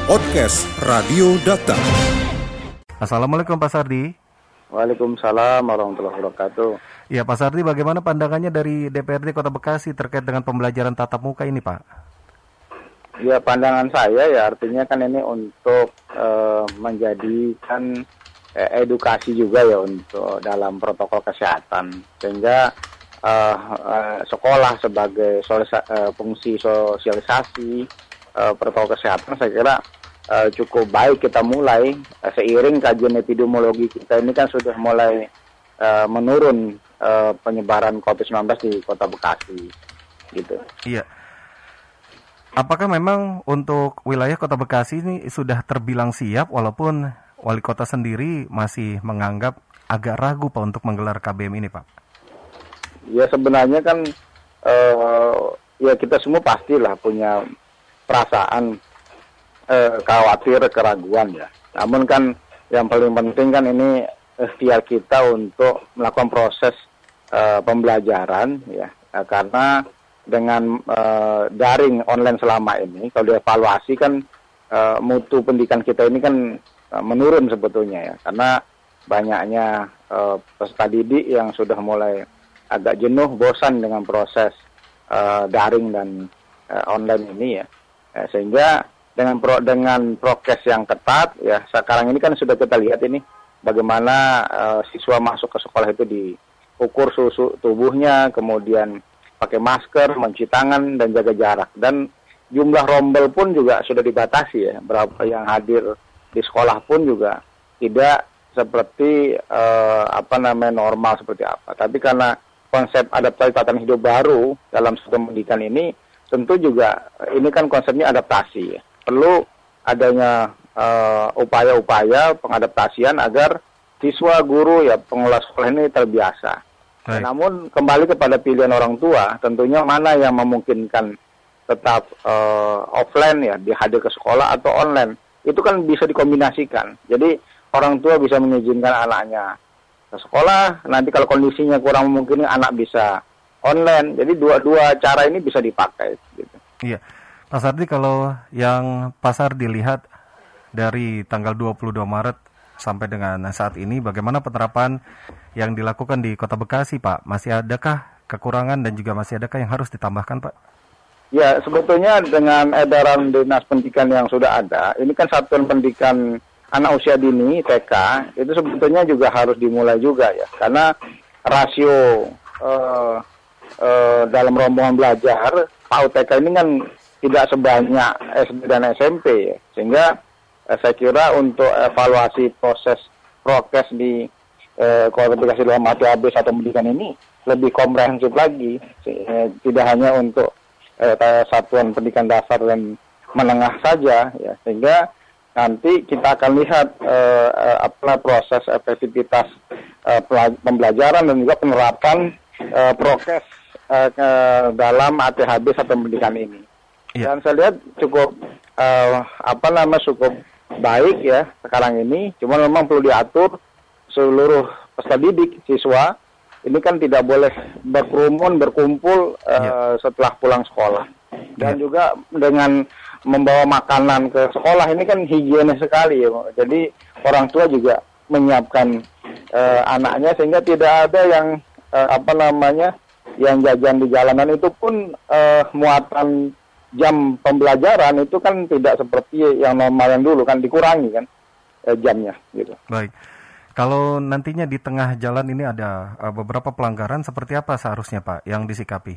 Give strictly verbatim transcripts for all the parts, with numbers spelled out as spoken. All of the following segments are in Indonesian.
Podcast Radio Data. Assalamualaikum Pak Sardi. Waalaikumsalam warahmatullahi wabarakatuh. Ya Pak Sardi, bagaimana pandangannya dari D P R D Kota Bekasi terkait dengan pembelajaran tatap muka ini Pak? Ya, pandangan saya ya artinya kan ini untuk uh, menjadikan uh, edukasi juga ya untuk dalam protokol kesehatan, sehingga uh, uh, sekolah sebagai solisa- uh, fungsi sosialisasi uh, protokol kesehatan saya kira uh, cukup baik kita mulai uh, seiring kajian epidemiologi kita ini kan sudah mulai uh, menurun uh, penyebaran covid sembilan belas di Kota Bekasi gitu. Iya. Apakah memang untuk wilayah Kota Bekasi ini sudah terbilang siap walaupun wali kota sendiri masih menganggap agak ragu Pak untuk menggelar K B M ini Pak? Ya sebenarnya kan uh, ya kita semua pastilah punya perasaan uh, khawatir, keraguan ya. Namun kan yang paling penting kan ini ikhtiar kita untuk melakukan proses uh, pembelajaran ya, nah, karena dengan uh, daring online selama ini, kalau dievaluasi kan uh, mutu pendidikan kita ini kan uh, menurun sebetulnya ya, karena banyaknya uh, peserta didik yang sudah mulai agak jenuh, bosan dengan proses uh, daring dan uh, online ini ya, uh, sehingga dengan pro, dengan prokes yang ketat ya, sekarang ini kan sudah kita lihat ini bagaimana uh, siswa masuk ke sekolah itu diukur suhu tubuhnya, kemudian pakai masker, mencuci tangan, dan jaga jarak. Dan jumlah rombel pun juga sudah dibatasi ya. Berapa yang hadir di sekolah pun juga tidak seperti eh, apa namanya normal seperti apa. Tapi karena konsep adaptasi tatanan hidup baru dalam sistem pendidikan ini, tentu juga ini kan konsepnya adaptasi ya. Perlu adanya eh, upaya-upaya pengadaptasian agar siswa, guru, ya pengelola sekolah ini terbiasa. Baik. Namun kembali kepada pilihan orang tua, tentunya mana yang memungkinkan tetap uh, offline ya, dihadir ke sekolah atau online, itu kan bisa dikombinasikan. Jadi orang tua bisa mengizinkan anaknya ke sekolah, nanti kalau kondisinya kurang memungkinkan anak bisa online. Jadi dua-dua cara ini bisa dipakai. Gitu. Iya, Pak Sardi, kalau yang pasar dilihat dari tanggal dua puluh dua Maret sampai dengan saat ini, bagaimana penerapan yang dilakukan di Kota Bekasi, Pak? Masih adakah kekurangan dan juga masih adakah yang harus ditambahkan, Pak? Ya, sebetulnya dengan edaran Dinas Pendidikan yang sudah ada, ini kan satuan pendidikan anak usia dini, T K, itu sebetulnya juga harus dimulai juga ya. Karena rasio uh, uh, dalam rombongan belajar, P A U T K ini kan tidak sebanyak S D dan S M P ya. Sehingga uh, saya kira untuk evaluasi proses prokes di Eh, kualifikasi dalam A T H B satu pendidikan ini lebih komprehensif lagi, eh, tidak hanya untuk eh, satuan pendidikan dasar dan menengah saja ya, sehingga nanti kita akan lihat eh, eh, apa proses efektivitas eh, pembelajaran dan juga penerapan eh, prokes eh, ke dalam A T H B satu pendidikan ini. Ya. Dan saya lihat cukup eh, apa namanya cukup baik ya sekarang ini, cuma memang perlu diatur seluruh peserta didik, siswa, ini kan tidak boleh berkerumun, berkumpul uh, setelah pulang sekolah. Dan ya. Juga dengan membawa makanan ke sekolah, ini kan higienis sekali ya. Jadi orang tua juga menyiapkan uh, anaknya sehingga tidak ada yang, uh, apa namanya, yang jajan di jalanan itu pun uh, muatan jam pembelajaran itu kan tidak seperti yang normal yang dulu, kan dikurangi kan uh, jamnya gitu. Baik. Kalau nantinya di tengah jalan ini ada uh, beberapa pelanggaran, seperti apa seharusnya Pak yang disikapi?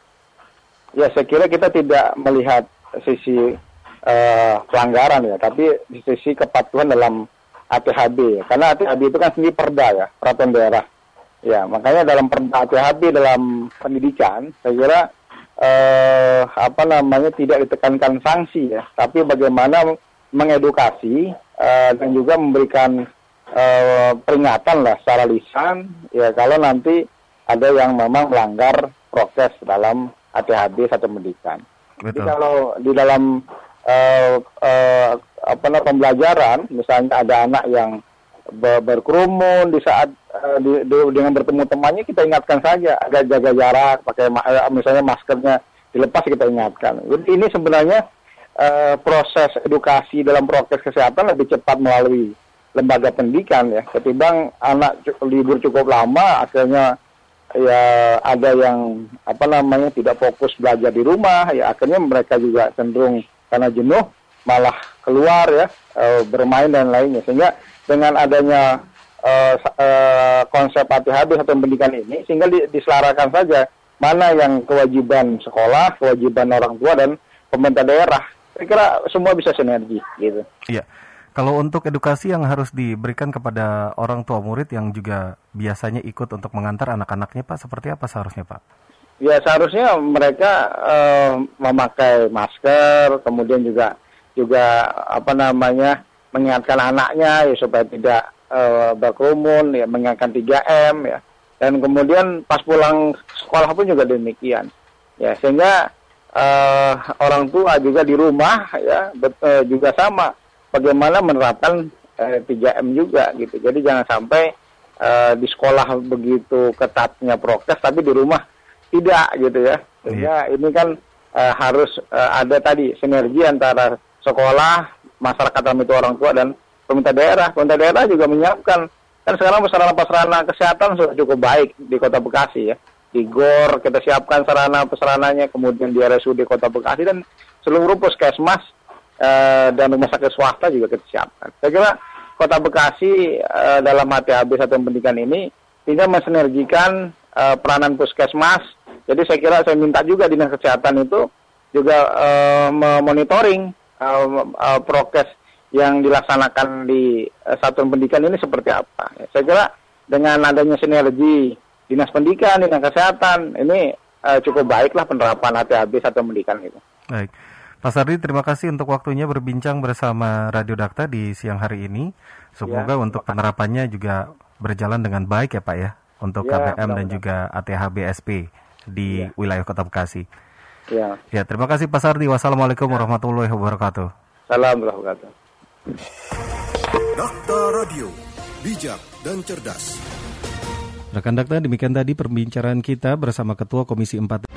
Ya, saya kira kita tidak melihat sisi uh, pelanggaran ya, tapi di sisi kepatuhan dalam A T H B ya. Karena A T H B itu kan sendiri perda ya, peraturan daerah. Ya, makanya dalam perda A T H B dalam pendidikan, saya kira uh, apa namanya tidak ditekankan sanksi ya, tapi bagaimana mengedukasi uh, dan juga memberikan Uh, peringatan lah secara lisan ya kalau nanti ada yang memang melanggar prokes dalam A T H B satu pendidikan. Jadi kalau di dalam uh, uh, apa namanya pembelajaran, misalnya ada anak yang ber- berkerumun di saat uh, di, di, dengan bertemu temannya, kita ingatkan saja agar jaga jarak, pakai ma- misalnya maskernya dilepas, kita ingatkan. Jadi ini sebenarnya uh, proses edukasi dalam prokes kesehatan lebih cepat melalui lembaga pendidikan ya, ketimbang anak libur cukup lama akhirnya ya ada yang apa namanya tidak fokus belajar di rumah ya, akhirnya mereka juga cenderung karena jenuh malah keluar ya uh, bermain dan lainnya, sehingga dengan adanya uh, uh, konsep A T H B atau pendidikan ini sehingga di, diselarakan saja mana yang kewajiban sekolah, kewajiban orang tua dan pemerintah daerah. Saya kira semua bisa sinergi gitu. Iya. Kalau untuk edukasi yang harus diberikan kepada orang tua murid yang juga biasanya ikut untuk mengantar anak-anaknya, Pak, seperti apa seharusnya, Pak? Ya seharusnya mereka uh, memakai masker, kemudian juga juga apa namanya mengingatkan anaknya ya supaya tidak uh, berkerumun, ya mengingatkan tiga M ya, dan kemudian pas pulang sekolah pun juga demikian, ya sehingga uh, orang tua juga di rumah ya bet, uh, juga sama. Bagaimana menerapkan eh, tiga M juga gitu. Jadi jangan sampai eh, di sekolah begitu ketatnya prokes tapi di rumah tidak gitu ya. Sehingga yeah. ini kan eh, harus eh, ada tadi sinergi antara sekolah, masyarakat dalam itu orang tua dan pemerintah daerah. Pemerintah daerah juga menyiapkan, kan sekarang sarana-prasarana kesehatan sudah cukup baik di Kota Bekasi ya. Di G O R kita siapkan sarana-prasarananya, kemudian di R S U D Kota Bekasi dan seluruh puskesmas Uh, dan rumah sakit swasta juga kita siapkan. Saya kira Kota Bekasi uh, dalam H T H B Satuan Pendidikan ini tinggal mensinergikan uh, peranan puskesmas. Jadi saya kira saya minta juga Dinas Kesehatan itu juga uh, memonitoring uh, uh, prokes yang dilaksanakan di uh, Satuan Pendidikan ini seperti apa. Ya, saya kira dengan adanya sinergi Dinas Pendidikan, Dinas Kesehatan, ini uh, cukup baiklah penerapan H T H B Satuan Pendidikan itu. Baik. Pak Sardi, terima kasih untuk waktunya berbincang bersama Radio Dakta di siang hari ini. Semoga ya, untuk penerapannya juga berjalan dengan baik ya Pak ya, untuk ya, K B M benar-benar. Dan juga A T H B S P di ya. wilayah Kota Bekasi. Ya. Ya, terima kasih Pak Sardi. Wassalamualaikum ya. warahmatullahi wabarakatuh. Salam warahmatullahi wabarakatuh. Dakta Radio, bijak dan cerdas. Rekan Dakta, demikian tadi perbincangan kita bersama Ketua Komisi empat.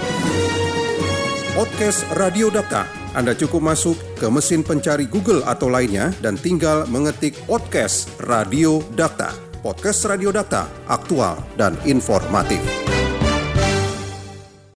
Podcast Radio Dakta. Anda cukup masuk ke mesin pencari Google atau lainnya dan tinggal mengetik podcast Radio Dakta. Podcast Radio Dakta, aktual dan informatif.